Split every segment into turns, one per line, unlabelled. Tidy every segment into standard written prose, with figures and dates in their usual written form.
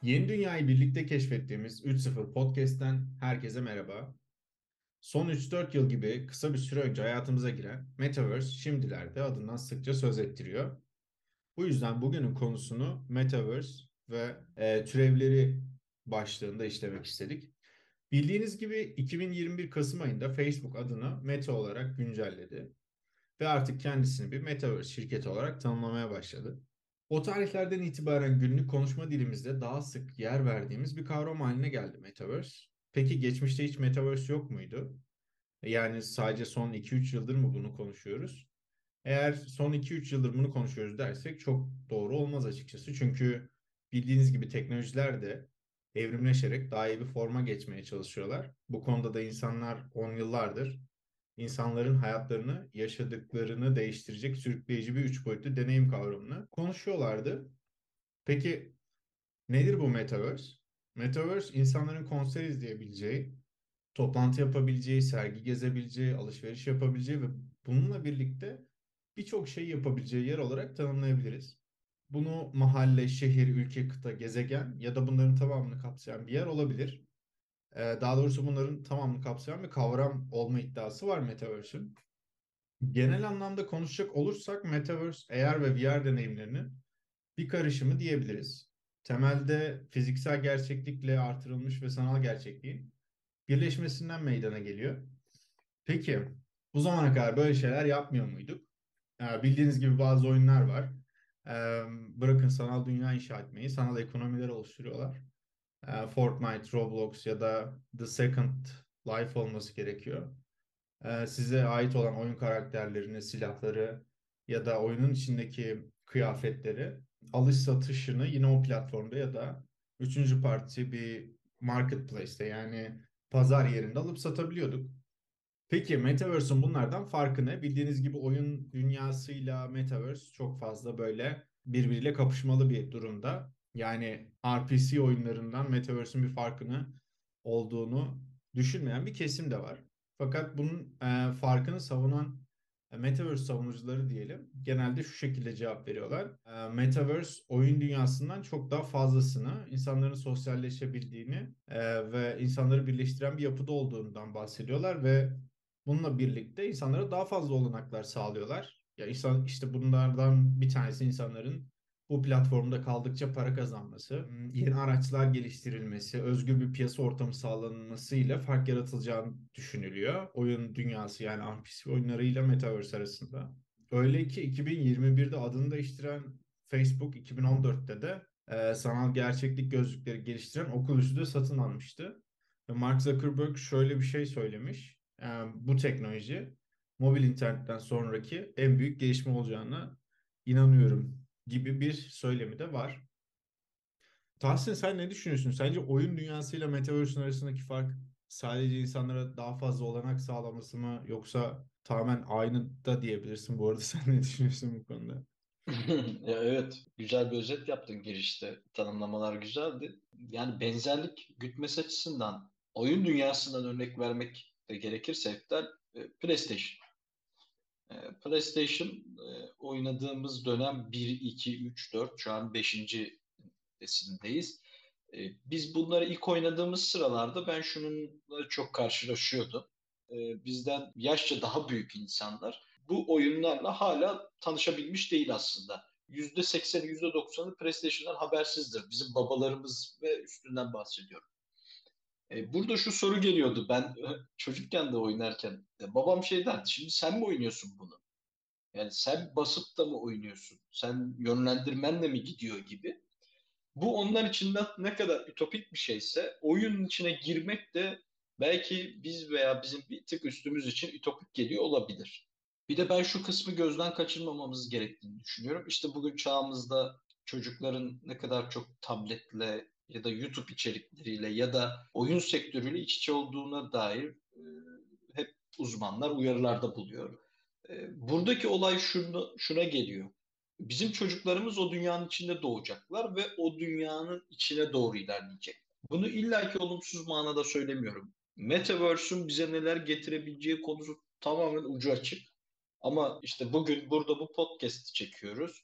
Yeni dünyayı birlikte keşfettiğimiz 3.0 Podcast'ten herkese merhaba. Son 3-4 yıl gibi kısa bir süre önce hayatımıza giren Metaverse şimdilerde adından sıkça söz ettiriyor. Bu yüzden bugünün konusunu Metaverse ve türevleri başlığında işlemek istedik. Bildiğiniz gibi 2021 Kasım ayında Facebook adını Meta olarak güncelledi ve artık kendisini bir Metaverse şirketi olarak tanımlamaya başladı. O tarihlerden itibaren günlük konuşma dilimizde daha sık yer verdiğimiz bir kavram haline geldi Metaverse. Peki geçmişte hiç Metaverse yok muydu? Yani sadece son 2-3 yıldır mı bunu konuşuyoruz? Eğer son 2-3 yıldır bunu konuşuyoruz dersek çok doğru olmaz açıkçası. Çünkü bildiğiniz gibi teknolojiler de evrimleşerek daha iyi bir forma geçmeye çalışıyorlar. Bu konuda da insanlar 10 yıllardır insanların hayatlarını, yaşadıklarını değiştirecek sürükleyici bir üç boyutlu deneyim kavramını konuşuyorlardı. Peki nedir bu Metaverse? Metaverse insanların konser izleyebileceği, toplantı yapabileceği, sergi gezebileceği, alışveriş yapabileceği ve bununla birlikte birçok şey yapabileceği yer olarak tanımlayabiliriz. Bunu mahalle, şehir, ülke, kıta, gezegen ya da bunların tamamını kapsayan bir yer olabilir. Daha doğrusu bunların tamamını kapsayan bir kavram olma iddiası var Metaverse'ün. Genel anlamda konuşacak olursak Metaverse AR ve VR deneyimlerinin bir karışımı diyebiliriz. Temelde fiziksel gerçeklikle artırılmış ve sanal gerçekliğin birleşmesinden meydana geliyor. Peki bu zamana kadar böyle şeyler yapmıyor muyduk? Bildiğiniz gibi bazı oyunlar var. Bırakın sanal dünya inşa etmeyi, sanal ekonomiler oluşturuyorlar. Fortnite, Roblox ya da The Second Life olması gerekiyor. Size ait olan oyun karakterlerini, silahları ya da oyunun içindeki kıyafetleri alış satışını yine o platformda ya da üçüncü parti bir marketplace'te yani pazar yerinde alıp satabiliyorduk. Peki Metaverse'ün bunlardan farkı ne? Bildiğiniz gibi oyun dünyasıyla Metaverse çok fazla böyle birbiriyle kapışmalı bir durumda. Yani RPC oyunlarından Metaverse'ün bir farkını olduğunu düşünmeyen bir kesim de var. Fakat bunun farkını savunan Metaverse savunucuları diyelim genelde şu şekilde cevap veriyorlar. Metaverse oyun dünyasından çok daha fazlasını, insanların sosyalleşebildiğini ve insanları birleştiren bir yapıda olduğundan bahsediyorlar ve bununla birlikte insanlara daha fazla olanaklar sağlıyorlar. Ya insan işte bunlardan bir tanesi insanların bu platformda kaldıkça para kazanması, yeni araçlar geliştirilmesi, özgür bir piyasa ortamı sağlanmasıyla fark yaratılacağını düşünülüyor. Oyun dünyası yani NPC oyunlarıyla Metaverse arasında. Öyle ki 2021'de adını değiştiren Facebook 2014'te de sanal gerçeklik gözlükleri geliştiren Oculus'u da satın almıştı. Ve Mark Zuckerberg şöyle bir şey söylemiş. Bu teknoloji mobil internetten sonraki en büyük gelişme olacağına inanıyorum gibi bir söylemi de var. Tahsin sen ne düşünüyorsun? Sence oyun dünyasıyla Metaverse'ün arasındaki fark sadece insanlara daha fazla olanak sağlaması mı yoksa tamamen aynı da diyebilirsin bu arada sen ne düşünüyorsun bu konuda?
Ya evet, güzel bir özet yaptın girişte. Tanımlamalar güzeldi. Yani benzerlik gütmesi açısından oyun dünyasından örnek vermek de gerekirse Eftel, PlayStation. PlayStation oynadığımız dönem bir 2 3 4 şu an beşinci nesildeyiz. Biz bunları ilk oynadığımız sıralarda ben şununla çok karşılaşıyordum. Bizden yaşça daha büyük insanlar bu oyunlarla hala tanışabilmiş değil aslında. %80'i %90'ı PlayStation'dan habersizdir. Bizim babalarımız ve üstünden bahsediyorum. Burada şu soru geliyordu ben çocukken de oynarken. Babam şey derdi, şimdi sen mi oynuyorsun bunu? Yani sen basıp da mı oynuyorsun? Sen yönlendirmenle mi gidiyor gibi. Bu onlar için ne kadar ütopik bir şeyse oyunun içine girmek de belki biz veya bizim bir tık üstümüz için ütopik geliyor olabilir. Bir de ben şu kısmı gözden kaçırmamamız gerektiğini düşünüyorum. İşte bugün çağımızda çocukların ne kadar çok tabletle ya da YouTube içerikleriyle ya da oyun sektörüyle iç içe olduğuna dair hep uzmanlar uyarılarda buluyor. Buradaki olay şuna geliyor. Bizim çocuklarımız o dünyanın içinde doğacaklar ve o dünyanın içine doğru ilerleyecek. Bunu illaki olumsuz manada söylemiyorum. Metaverse'ün bize neler getirebileceği konusu tamamen ucu açık. Ama işte bugün burada bu podcast'i çekiyoruz.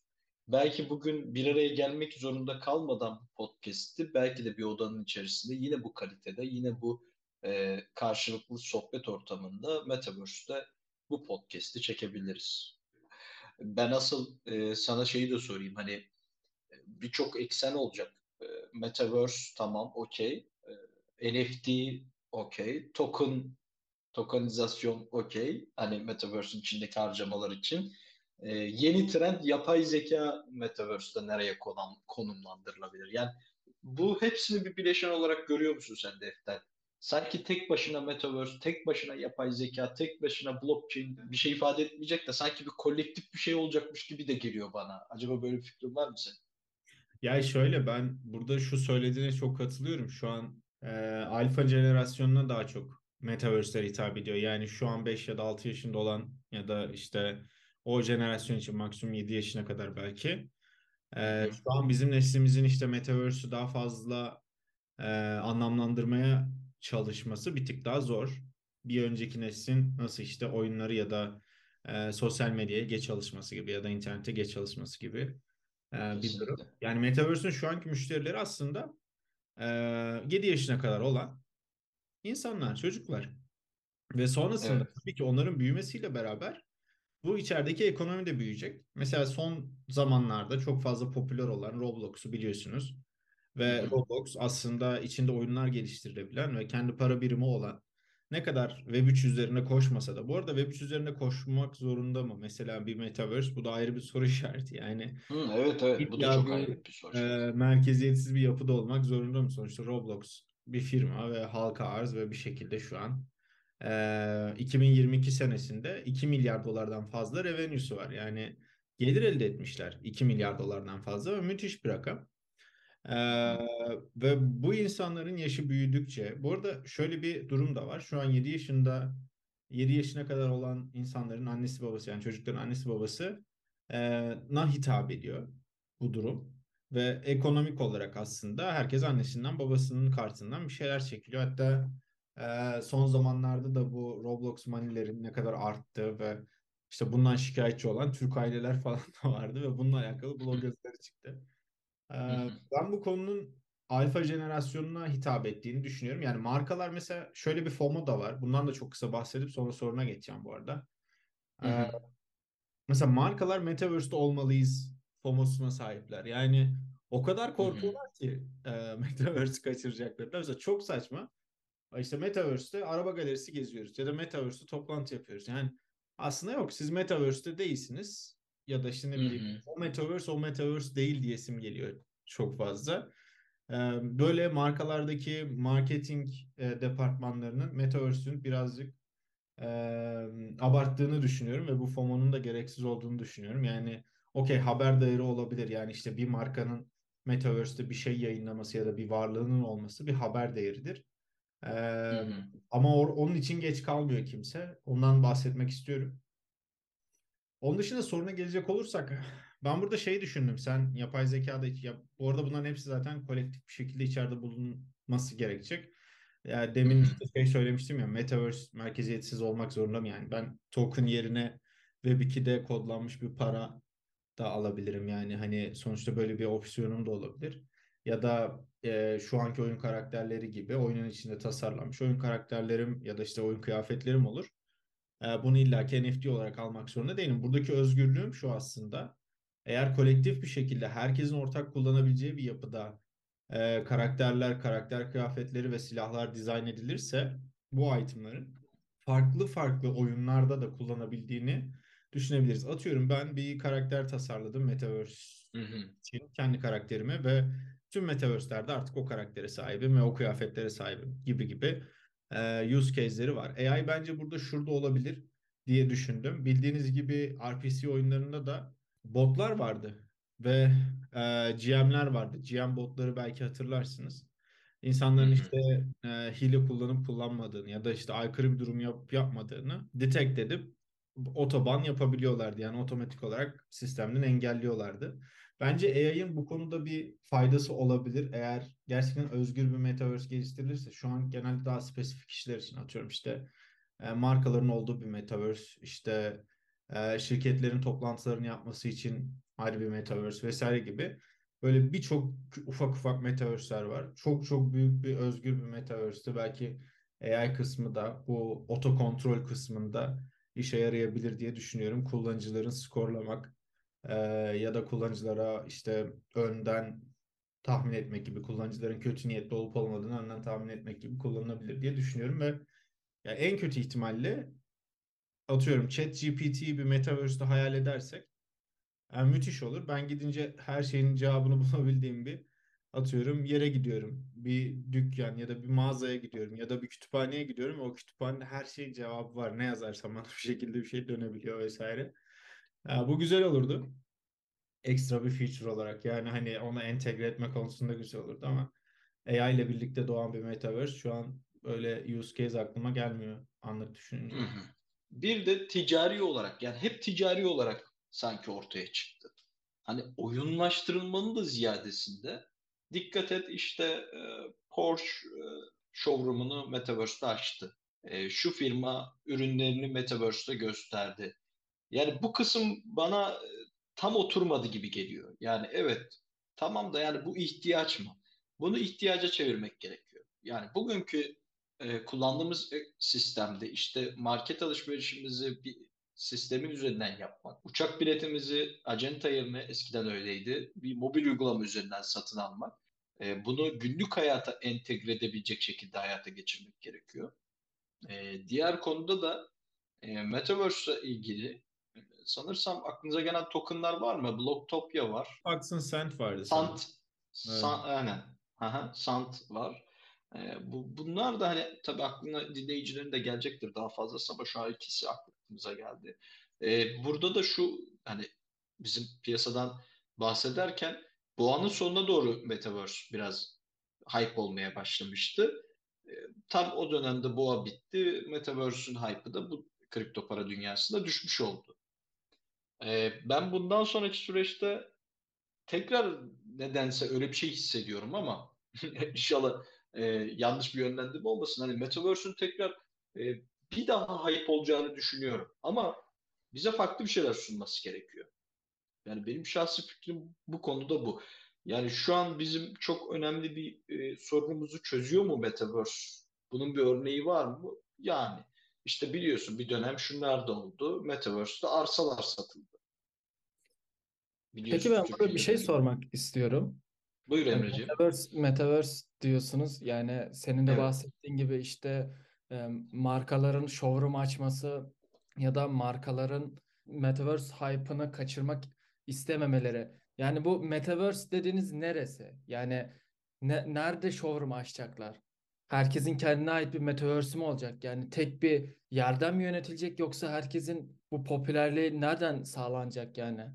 belki bugün bir araya gelmek zorunda kalmadan bu podcast'i belki de bir odanın içerisinde yine bu kalitede, yine bu karşılıklı sohbet ortamında Metaverse'de bu podcast'i çekebiliriz. Ben asıl sana şeyi de sorayım. Hani birçok eksen olacak. Metaverse tamam, okey. NFT okey. Tokenizasyon okey. Hani Metaverse'ün içindeki harcamalar için. Yeni trend yapay zeka Metaverse'de nereye konumlandırılabilir? Yani bu hepsini bir bileşen olarak görüyor musun sen Defter? Sanki tek başına Metaverse, tek başına yapay zeka, tek başına blockchain bir şey ifade etmeyecek de sanki bir kolektif bir şey olacakmış gibi de geliyor bana. Acaba böyle bir fikrin var mı senin?
Ya şöyle, ben burada şu söylediğine çok katılıyorum. Şu an alfa jenerasyonuna daha çok Metaverse'ler hitap ediyor. Yani şu an 5 ya da 6 yaşında olan ya da işte o jenerasyon için maksimum 7 yaşına kadar belki.
Hı hı,
Şu an bizim neslimizin işte Metaverse'ü daha fazla anlamlandırmaya çalışması bir tık daha zor. Bir önceki neslin nasıl işte oyunları ya da sosyal medyaya geç alışması gibi ya da internete geç alışması gibi bir durum.
kesinlikle.
Yani Metaverse'ün şu anki müşterileri aslında e, 7 yaşına kadar olan insanlar, çocuklar. Ve sonrasında
Evet.
tabii ki onların büyümesiyle beraber bu içerideki ekonomi de büyüyecek. Mesela son zamanlarda çok fazla popüler olan Roblox'u biliyorsunuz.
Hı
Ve
hı,
Roblox aslında içinde oyunlar geliştirilebilen ve kendi para birimi olan, ne kadar Web3 üzerine koşmasa da, bu arada Web3 üzerine koşmak zorunda mı? Mesela bir Metaverse, bu da ayrı bir soru işareti. Yani
hı, evet evet, bu da
İlla
çok
bir
ayrı bir soru işareti.
merkeziyetsiz bir yapıda olmak zorunda mı? Sonuçta Roblox bir firma ve halka arz ve bir şekilde şu an 2022 senesinde 2 milyar dolardan fazla revenue'su var. Yani gelir elde etmişler 2 milyar dolardan fazla ve müthiş bir rakam.
Hı
Ee,
hı,
ve bu insanların yaşı büyüdükçe, bu arada şöyle bir durum da var. Şu an 7 yaşına kadar olan insanların annesi babası, yani çocukların annesi babası na hitap ediyor bu durum. Ve ekonomik olarak aslında herkes annesinden babasının kartından bir şeyler çekiliyor. Hatta son zamanlarda da bu Roblox manilerin ne kadar arttığı ve işte bundan şikayetçi olan Türk aileler falan da vardı ve bununla alakalı blog yazıları çıktı.
hı hı,
Ben bu konunun alfa jenerasyonuna hitap ettiğini düşünüyorum. Yani markalar, mesela şöyle bir FOMO da var. Bundan da çok kısa bahsedip sonra soruna geçeceğim bu arada.
hı
Ee,
hı,
mesela markalar Metaverse'de olmalıyız FOMO'suna sahipler. Yani o kadar
hı hı,
korkuyorlar ki Metaverse kaçıracaklarını. Mesela çok saçma. İşte Metaverse'te araba galerisi geziyoruz ya da Metaverse'te toplantı yapıyoruz. Yani aslında yok, siz Metaverse'te değilsiniz ya da işte ne
hı
bileyim
hı,
o Metaverse değil diyesim geliyor çok fazla. Böyle markalardaki marketing departmanlarının Metaverse'ün birazcık e, abarttığını düşünüyorum ve bu FOMO'nun da gereksiz olduğunu düşünüyorum. Yani okey, haber değeri olabilir. Yani işte bir markanın Metaverse'te bir şey yayınlaması ya da bir varlığının olması bir haber değeridir.
hı
Ee,
hı,
ama onun için geç kalmıyor kimse. Ondan bahsetmek istiyorum. Onun dışında soruna gelecek olursak, ben burada şey düşündüm. Sen yapay zekada bu arada bunların hepsi zaten kolektif bir şekilde içeride bulunması gerekecek. Yani
hı
demin
hı,
işte şey söylemiştim ya, Metaverse merkeziyetsiz olmak zorunda mı yani? Ben token yerine Web2'de kodlanmış bir para da alabilirim. Yani hani sonuçta böyle bir opsiyonum da olabilir. Ya da şu anki oyun karakterleri gibi oyunun içinde tasarlanmış oyun karakterlerim ya da işte oyun kıyafetlerim olur. Bunu illaki NFT olarak almak zorunda değilim. Buradaki özgürlüğüm şu aslında. Eğer kolektif bir şekilde herkesin ortak kullanabileceği bir yapıda karakterler, karakter kıyafetleri ve silahlar dizayn edilirse, bu itemların farklı farklı oyunlarda da kullanabildiğini düşünebiliriz. Atıyorum, ben bir karakter tasarladım Metaverse
hı hı.
için, kendi karakterime, ve tüm Metaverse'lerde artık o karaktere sahibim ve o kıyafetlere sahibim gibi gibi use case'leri var. AI bence burada şurada olabilir diye düşündüm. Bildiğiniz gibi RPG oyunlarında da botlar vardı ve GM'ler vardı. GM botları belki hatırlarsınız.
Hı
İnsanların
hı.
işte hile kullanıp kullanmadığını ya da işte aykırı bir durum yapıp yapmadığını detect edip otoban yapabiliyorlardı. Yani otomatik olarak sistemden engelliyorlardı. Bence AI'ın bu konuda bir faydası olabilir. Eğer gerçekten özgür bir metaverse geliştirilirse, şu an genelde daha spesifik işler için, atıyorum işte markaların olduğu bir metaverse, işte şirketlerin toplantılarını yapması için ayrı bir metaverse vesaire gibi. Böyle birçok ufak ufak metaverse'ler var. Çok çok büyük bir özgür bir metaverse'te belki AI kısmı da bu otokontrol kısmında işe yarayabilir diye düşünüyorum. Kullanıcıların skorlamak ya da kullanıcılara işte önden tahmin etmek gibi, kullanıcıların kötü niyetli olup olmadığını önden tahmin etmek gibi kullanılabilir diye düşünüyorum ve ya en kötü ihtimalle atıyorum ChatGPT'yi bir metaverse'de hayal edersek yani müthiş olur. Ben gidince her şeyin cevabını bulabildiğim bir atıyorum yere gidiyorum. Bir dükkan ya da bir mağazaya gidiyorum ya da bir kütüphaneye gidiyorum ve o kütüphanede her şeyin cevabı var. Ne yazarsam bana bir şekilde bir şey dönebiliyor vesaire. Ya, bu güzel olurdu. Ekstra bir feature olarak yani hani onu entegre etme konusunda güzel olurdu ama AI ile birlikte doğan bir metaverse şu an öyle use case aklıma gelmiyor anlık
Hı
düşününce.
hı. Bir de ticari olarak, yani hep ticari olarak sanki ortaya çıktı. Hani oyunlaştırılmanın da ziyadesinde dikkat et, işte Porsche showroom'unu Metaverse'de açtı. Şu firma ürünlerini Metaverse'de gösterdi. Yani bu kısım bana tam oturmadı gibi geliyor. Yani evet, tamam da yani bu ihtiyaç mı? Bunu ihtiyaca çevirmek gerekiyor. Yani bugünkü kullandığımız sistemde işte market alışverişimizi bir sistemin üzerinden yapmak, uçak biletimizi acenta yerine, eskiden öyleydi, bir mobil uygulama üzerinden satın almak, bunu günlük hayata entegre edebilecek şekilde hayata geçirmek gerekiyor. Diğer konuda da Metaverse ile ilgili sanırsam aklınıza gelen tokenlar var mı? Blocktopia var.
Fox Sent vardı sanırım.
Sant,
Evet.
aynen. Aha, Sant var. Bunlar da hani tabii aklına dinleyicilerin de gelecektir daha fazlası ama şu an ikisi aklımıza geldi. Burada da şu, hani bizim piyasadan bahsederken bu anın sonuna doğru Metaverse biraz hype olmaya başlamıştı. Ee, Tam o dönemde boğa bitti. Metaverse'ün hype'ı da bu kripto para dünyasında düşmüş oldu. Ben bundan sonraki süreçte tekrar nedense öyle bir şey hissediyorum ama inşallah yanlış bir yönlendirme olmasın. Hani Metaverse'ün tekrar e, bir daha hype olacağını düşünüyorum. Ama bize farklı bir şeyler sunması gerekiyor. Yani benim şahsi fikrim bu konuda bu. Yani şu an bizim çok önemli bir sorunumuzu çözüyor mu Metaverse? Bunun bir örneği var mı? Yani işte biliyorsun, bir dönem şunlar da oldu. Metaverse'de arsalar satıldı.
Peki
Biliyorsun,
ben burada bir
Türkiye'de
şey
de.
sormak istiyorum.
Buyur Emreciğim.
Metaverse diyorsunuz. Yani senin de
Evet.
bahsettiğin gibi işte markaların showroom açması ya da markaların Metaverse hype'ını kaçırmak istememeleri. Yani bu Metaverse dediğiniz neresi? Yani nerede showroom açacaklar? Herkesin kendine ait bir Metaverse mi olacak? Yani tek bir yerden mi yönetilecek yoksa herkesin bu popülerliği nereden sağlanacak yani?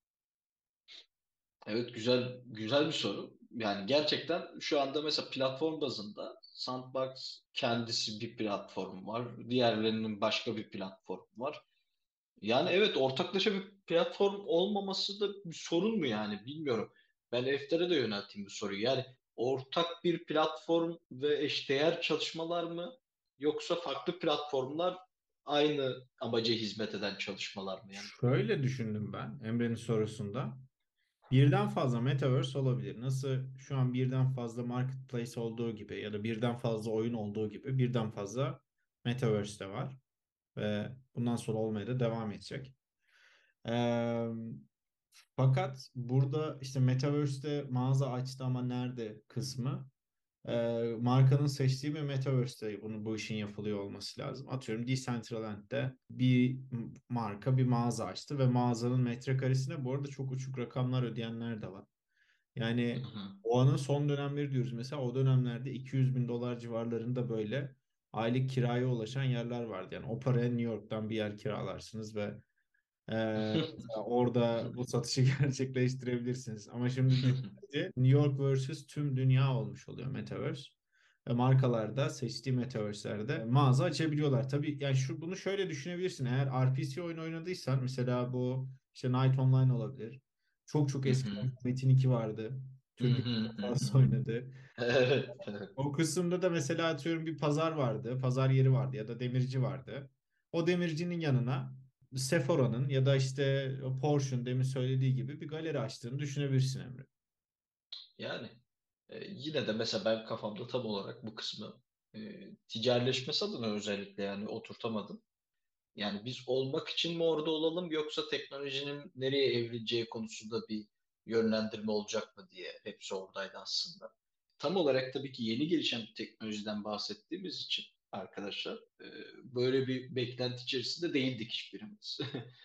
Evet, güzel güzel bir soru. Yani gerçekten şu anda mesela platform bazında Sandbox kendisi bir platform var. Diğerlerinin başka bir platform var. Yani evet, ortaklaşa bir platform olmaması da bir sorun mu yani, bilmiyorum. Ben Efter'e de yönelteyim bu soruyu. Yani ortak bir platform ve eşdeğer çalışmalar mı, yoksa farklı platformlar aynı amaca hizmet eden çalışmalar mı yani?
Şöyle düşündüm ben Emre'nin sorusunda. Birden fazla metaverse olabilir. Nasıl şu an birden fazla marketplace olduğu gibi ya da birden fazla oyun olduğu gibi birden fazla metaverse de var ve bundan sonra olmaya da devam edecek. Ee, fakat burada işte metaverse'te mağaza açtı ama nerede kısmı markanın seçtiği bir metaverse'te bu işin yapılıyor olması lazım. Atıyorum Decentraland'de bir marka bir mağaza açtı ve mağazanın metrekaresine bu arada çok uçuk rakamlar ödeyenler de var.
Hı
Yani
hı.
o anın son dönemleri diyoruz mesela o dönemlerde 200 bin dolar civarlarında böyle aylık kiraya ulaşan yerler vardı. Yani o paraya New York'tan bir yer kiralarsınız ve mesela orada bu satışı gerçekleştirebilirsiniz. Ama şimdi düşününce New York versus tüm dünya olmuş oluyor Metaverse. Ve markalar da seçtiği Metaverse'lerde mağaza açabiliyorlar. Tabii yani bunu şöyle düşünebilirsin. Eğer RPG oyun oynadıysan mesela bu işte Night Online olabilir. Çok çok
Hı hı.
eskiden Metin 2 vardı.
Hı
Türkiye'de
hı
çok
hı
fazla
hı.
oynadı.
Evet, evet.
O kısımda da mesela atıyorum bir pazar vardı, pazar yeri vardı ya da demirci vardı. O demircinin yanına Sephora'nın ya da işte Porsche'un demin söylediği gibi bir galeri açtığını düşünebilirsin Emre.
Yani yine de mesela ben kafamda tam olarak bu kısmı ticarileşmesi adına özellikle yani oturtamadım. Yani biz olmak için mi orada olalım yoksa teknolojinin nereye evrileceği konusunda bir yönlendirme olacak mı diye hepsi oradaydı aslında. Tam olarak tabii ki yeni gelişen bir teknolojiden bahsettiğimiz için arkadaşlar böyle bir beklenti içerisinde değildik hiçbirimiz.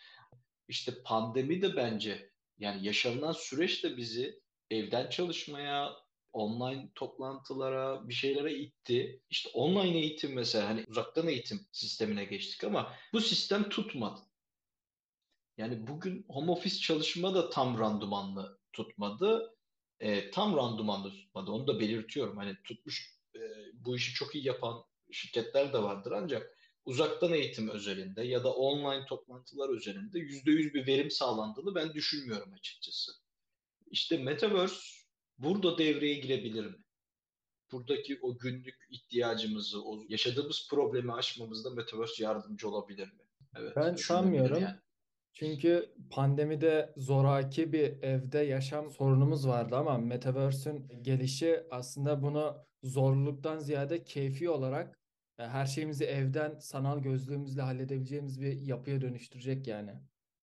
İşte pandemi de bence yani yaşanılan süreç de bizi evden çalışmaya, online toplantılara, bir şeylere itti. İşte online eğitim mesela hani uzaktan eğitim sistemine geçtik ama bu sistem tutmadı. Yani bugün home office çalışma da tam randımanlı tutmadı. Tam randımanlı tutmadı. Onu da belirtiyorum. Hani tutmuş bu işi çok iyi yapan şirketler de vardır ancak uzaktan eğitim özelinde ya da online toplantılar özelinde %100 bir verim sağlandığını ben düşünmüyorum açıkçası. İşte Metaverse burada devreye girebilir mi? Buradaki o günlük ihtiyacımızı, o yaşadığımız problemi aşmamızda Metaverse yardımcı olabilir mi? Evet,
Ben
düşünülebilir yani.
sanmıyorum. Çünkü pandemide zoraki bir evde yaşam sorunumuz vardı ama Metaverse'ün gelişi aslında bunu zorluktan ziyade keyfi olarak her şeyimizi evden sanal gözlüğümüzle halledebileceğimiz bir yapıya dönüştürecek yani.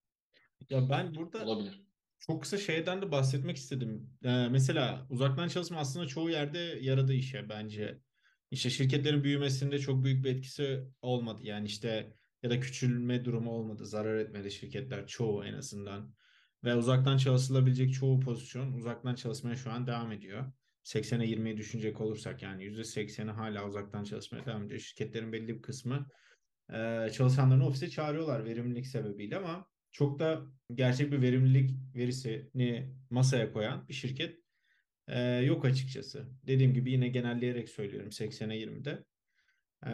Ya ben burada
Olabilir.
çok kısa şeyden de bahsetmek istedim. Mesela uzaktan çalışma aslında çoğu yerde yaradı işe bence. İşte şirketlerin büyümesinde çok büyük bir etkisi olmadı. Yani işte ya da küçülme durumu olmadı. Zarar etmedi şirketler çoğu en azından. Ve uzaktan çalışılabilecek çoğu pozisyon uzaktan çalışmaya şu an devam ediyor. 80'e 20'yi düşünecek olursak yani %80'i hala uzaktan çalışmaya devam ediyor. Şirketlerin belli bir kısmı çalışanlarını ofise çağırıyorlar verimlilik sebebiyle ama çok da gerçek bir verimlilik verisini masaya koyan bir şirket yok açıkçası. Dediğim gibi yine genelleyerek söylüyorum 80'e 20'de. E,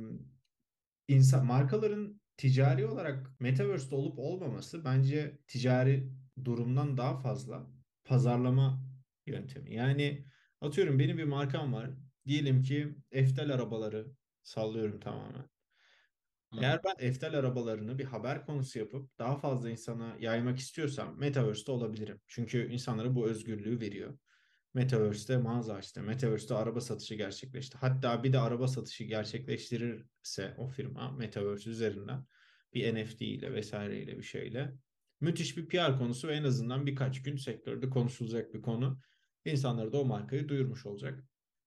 markaların ticari olarak Metaverse'de olup olmaması bence ticari durumdan daha fazla pazarlama yöntemi. Yani atıyorum benim bir markam var. Diyelim ki Eftel arabaları sallıyorum tamamen.
Hı
Eğer
hı.
ben Eftel arabalarını bir haber konusu yapıp daha fazla insana yaymak istiyorsam Metaverse'de olabilirim. Çünkü insanlara bu özgürlüğü veriyor. Metaverse'de mağaza açtı. Metaverse'de araba satışı gerçekleşti. Hatta bir de araba satışı gerçekleştirirse o firma Metaverse üzerinden bir NFT ile vesaireyle bir şeyle müthiş bir PR konusu ve en azından birkaç gün sektörde konuşulacak bir konu. İnsanlara da o markayı duyurmuş olacak.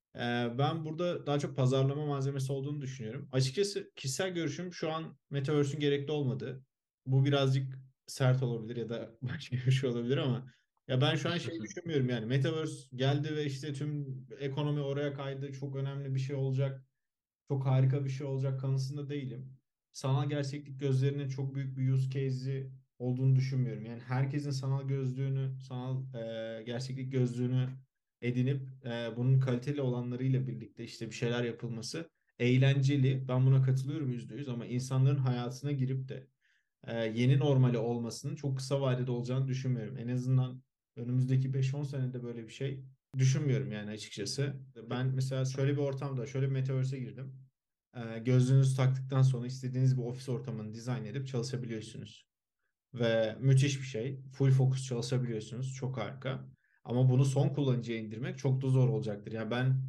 Ben burada daha çok pazarlama malzemesi olduğunu düşünüyorum. Açıkçası kişisel görüşüm şu an Metaverse'ün gerekli olmadığı. Bu birazcık sert olabilir ya da başka bir şey olabilir ama ya ben şu an şey düşünmüyorum yani Metaverse geldi ve işte tüm ekonomi oraya kaydı. Çok önemli bir şey olacak. Çok harika bir şey olacak kanısında değilim. Sanal gerçeklik gözlerinin çok büyük bir use case'i olduğunu düşünmüyorum. Yani herkesin sanal gözlüğünü, sanal gerçeklik gözlüğünü edinip bunun kaliteli olanlarıyla birlikte işte bir şeyler yapılması eğlenceli. Ben buna katılıyorum %100 ama insanların hayatına girip de yeni normali olmasının çok kısa vadede olacağını düşünmüyorum. En azından önümüzdeki 5-10 senede böyle bir şey düşünmüyorum yani açıkçası. Ben mesela şöyle bir ortamda, şöyle bir metaverse'e girdim. Gözlüğünüzü taktıktan sonra istediğiniz bir ofis ortamını dizayn edip çalışabiliyorsunuz. Ve müthiş bir şey. Full fokus çalışabiliyorsunuz. Çok harika. Ama bunu son kullanıcıya indirmek çok da zor olacaktır. Yani ben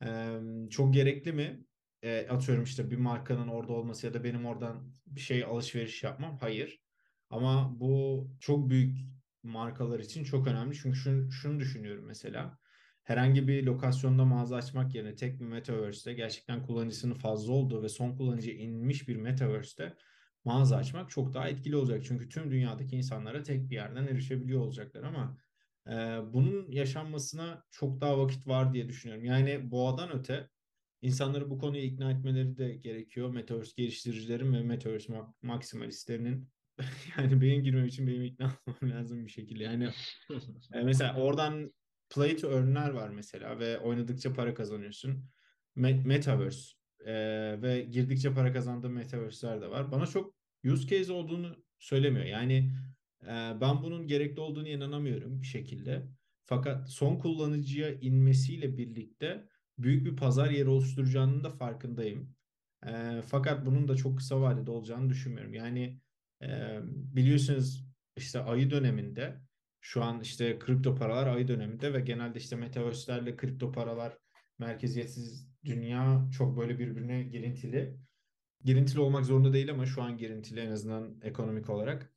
çok gerekli mi? Atıyorum işte bir markanın orada olması ya da benim oradan bir şey alışveriş yapmam. Hayır. Ama bu çok büyük markalar için çok önemli. Çünkü şunu düşünüyorum mesela. Herhangi bir lokasyonda mağaza açmak yerine tek bir metaverse'te gerçekten kullanıcısının fazla olduğu ve son kullanıcıya inmiş bir metaverse'te mağaza açmak çok daha etkili olacak. Çünkü tüm dünyadaki insanlara tek bir yerden erişebiliyor olacaklar ama e, bunun yaşanmasına çok daha vakit var diye düşünüyorum. Yani boğadan öte insanları bu konuya ikna etmeleri de gerekiyor. Metaverse geliştiricilerin ve Metaverse maksimalistlerinin yani beyin girmem için benim ikna olmam lazım bir şekilde. Yani mesela oradan play to earn'ler var mesela ve oynadıkça para kazanıyorsun. Metaverse ve girdikçe para kazandığın Metaverse'ler de var. Bana çok use case olduğunu söylemiyor. Yani ben bunun gerekli olduğunu inanamıyorum bir şekilde. Fakat son kullanıcıya inmesiyle birlikte büyük bir pazar yeri oluşturacağının da farkındayım. Fakat bunun da çok kısa vadede olacağını düşünmüyorum. Yani Biliyorsunuz işte ayı döneminde şu an işte kripto paralar ayı döneminde ve genelde işte metaverse'lerle kripto paralar merkeziyetsiz dünya çok böyle birbirine girintili. Girintili olmak zorunda değil ama şu an girintili en azından ekonomik olarak.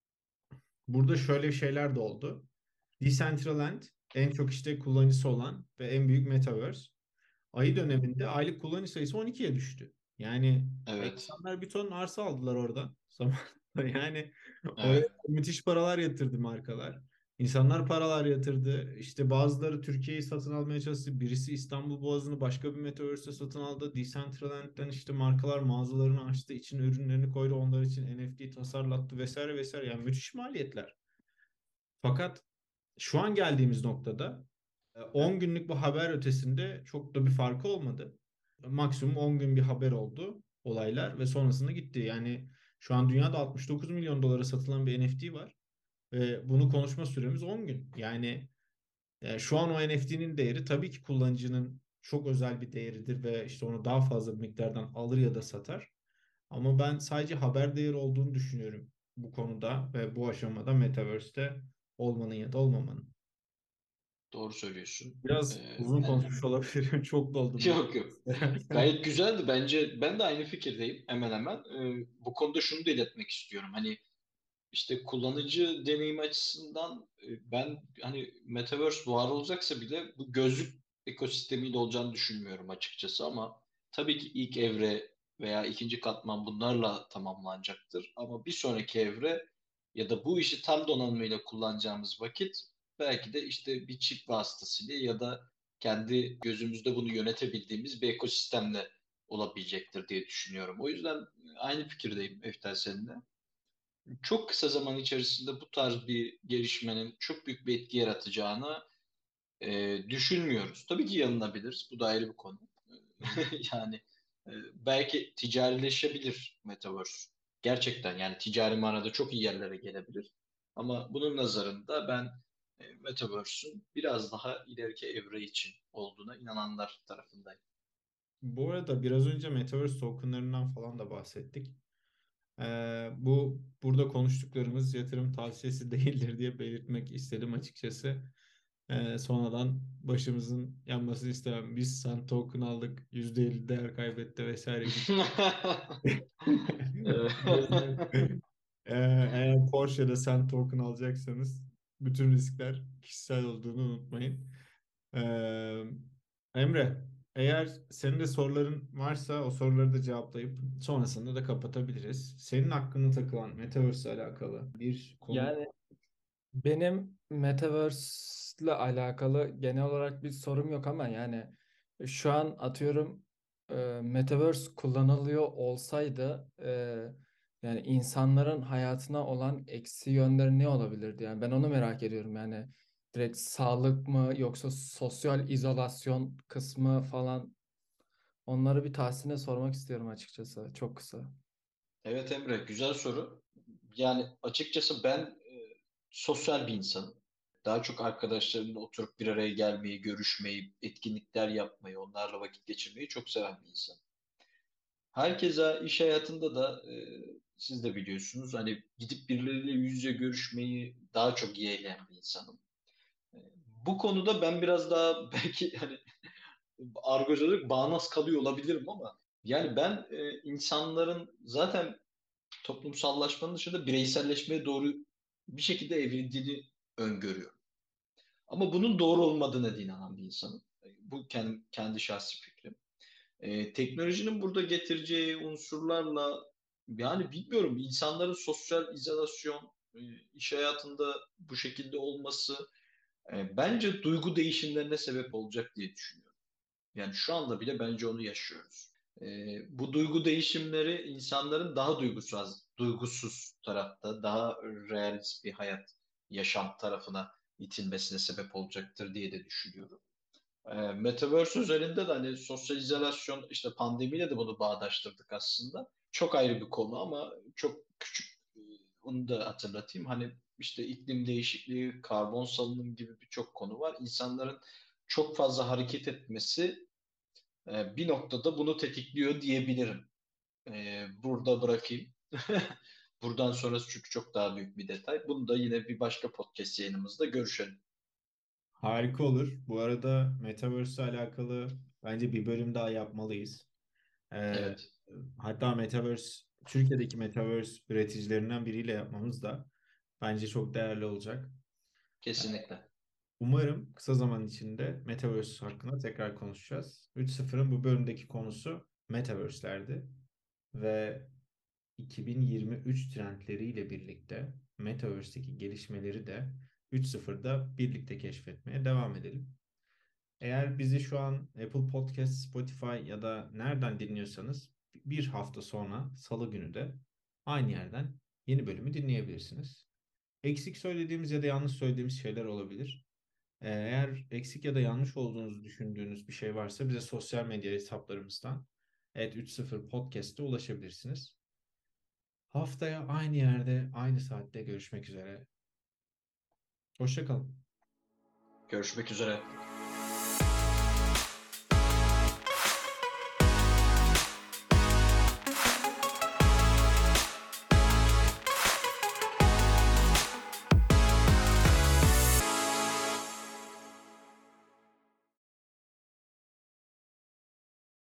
Burada şöyle şeyler de oldu. Decentraland en çok işte kullanıcısı olan ve en büyük metaverse. Ayı döneminde aylık kullanıcı sayısı 12'ye düştü. Yani
Evet.
insanlar bir ton arsa aldılar oradan. Zamanında yani oraya
Evet.
müthiş paralar yatırdı markalar. İnsanlar paralar yatırdı. İşte bazıları Türkiye'yi satın almaya çalıştı. Birisi İstanbul Boğazı'nı başka bir metaverse'e satın aldı. Decentraland'den işte markalar mağazalarını açtı, içine ürünlerini koydu, onlar için NFT tasarlattı vesaire vesaire. Yani müthiş maliyetler. Fakat şu an geldiğimiz noktada 10 günlük bu haber ötesinde çok da bir farkı olmadı. Maksimum 10 gün bir haber oldu olaylar ve sonrasında gitti. Yani şu an dünyada 69 milyon dolara satılan bir NFT var ve bunu konuşma süremiz 10 gün. Yani şu an o NFT'nin değeri tabii ki kullanıcının çok özel bir değeridir ve işte onu daha fazla bir miktardan alır ya da satar. Ama ben sadece haber değeri olduğunu düşünüyorum bu konuda ve bu aşamada Metaverse'te olmanın ya da olmamanın.
Doğru söylüyorsun.
Biraz uzun
Yani
konuşmuş olabilirim. Çok doldurdum.
yok yok. Gayet güzeldi. Bence ben de aynı fikirdeyim hemen hemen. Bu konuda şunu da iletmek istiyorum. Hani işte kullanıcı deneyim açısından ben hani Metaverse var olacaksa bile bu gözlük ekosistemiyle olacağını düşünmüyorum açıkçası ama tabii ki ilk evre veya ikinci katman bunlarla tamamlanacaktır. Ama bir sonraki evre ya da bu işi tam donanımıyla kullanacağımız vakit belki de işte bir çip vasıtasıyla ya da kendi gözümüzde bunu yönetebildiğimiz bir ekosistemle olabilecektir diye düşünüyorum. O yüzden aynı fikirdeyim Eftel seninle. Çok kısa zaman içerisinde bu tarz bir gelişmenin çok büyük bir etki yaratacağını düşünmüyoruz. Tabii ki yanılabiliriz. Bu da ayrı bir konu. Yani belki ticarileşebilir Metaverse. Gerçekten yani ticari manada çok iyi yerlere gelebilir. Ama bunun nazarında ben Metaverse'ün biraz daha ileriki evre için olduğuna inananlar tarafındayım.
Bu arada biraz önce Metaverse tokenlarından falan da bahsettik. Bu burada konuştuklarımız yatırım tavsiyesi değildir diye belirtmek istedim açıkçası. Sonradan başımızın yanmasını istemem. Biz sen token aldık, %50 değer kaybetti vesaire gibi. O yüzden, eğer Porsche'de sen token alacaksanız bütün riskler kişisel olduğunu unutmayın. Ee, Emre, eğer senin de soruların varsa o soruları da cevaplayıp sonrasında da kapatabiliriz. Senin aklına takılan Metaverse ile alakalı bir konu.
Yani benim Metaverse'le alakalı genel olarak bir sorum yok ama yani şu an atıyorum Metaverse kullanılıyor olsaydı yani insanların hayatına olan eksi yönleri ne olabilirdi? Yani ben onu merak ediyorum. Yani direkt sağlık mı yoksa sosyal izolasyon kısmı falan onları bir Tahsin'e sormak istiyorum açıkçası. Çok kısa.
Evet Emre, güzel soru. Yani açıkçası ben sosyal bir insanım. Daha çok arkadaşlarımla oturup bir araya gelmeyi, görüşmeyi, etkinlikler yapmayı, onlarla vakit geçirmeyi çok seven bir insanım. Herkese iş hayatında da siz de biliyorsunuz hani gidip birileriyle yüz yüze görüşmeyi daha çok yeğleyen bir insanım. E, Bu konuda ben biraz daha belki hani argocu olarak bağnaz kalıyor olabilirim ama yani ben insanların zaten toplumsallaşmanın dışında bireyselleşmeye doğru bir şekilde evrildiğini öngörüyorum. Ama bunun doğru olmadığına da inanan bir insanım. Bu kendi şahsi fikrim. Teknolojinin burada getireceği unsurlarla yani bilmiyorum insanların sosyal izolasyon, iş hayatında bu şekilde olması bence duygu değişimlerine sebep olacak diye düşünüyorum. Yani şu anda bile bence onu yaşıyoruz. Bu duygu değişimleri insanların daha duygusuz tarafta, daha realist bir hayat, yaşam tarafına itilmesine sebep olacaktır diye de düşünüyorum. Metaverse üzerinde de hani sosyal izolasyon, işte pandemiyle de bunu bağdaştırdık aslında. Çok ayrı bir konu ama çok küçük, onu da hatırlatayım. Hani işte iklim değişikliği, karbon salınım gibi birçok konu var. İnsanların çok fazla hareket etmesi bir noktada bunu tetikliyor diyebilirim. Burada bırakayım. Buradan sonrası çünkü çok daha büyük bir detay. Bunu da yine bir başka podcast yayınımızda görüşelim.
Harika olur. Bu arada Metaverse ile alakalı bence bir bölüm daha yapmalıyız. Ee,
Evet,
Hatta Türkiye'deki Metaverse üreticilerinden biriyle yapmamız da bence çok değerli olacak.
kesinlikle.
Umarım kısa zaman içinde Metaverse hakkında tekrar konuşacağız. 3.0'ın bu bölümdeki konusu Metaverse'lerdi ve 2023 trendleriyle birlikte Metaverse'deki gelişmeleri de 3.0'da birlikte keşfetmeye devam edelim. Eğer bizi şu an Apple Podcast, Spotify ya da nereden dinliyorsanız bir hafta sonra Salı günü de aynı yerden yeni bölümü dinleyebilirsiniz. Eksik söylediğimiz ya da yanlış söylediğimiz şeyler olabilir. Eğer eksik ya da yanlış olduğunuzu düşündüğünüz bir şey varsa bize sosyal medya hesaplarımızdan @30 Podcast'te ulaşabilirsiniz. Haftaya aynı yerde, aynı saatte görüşmek üzere. Hoşça kalın.
Görüşmek üzere.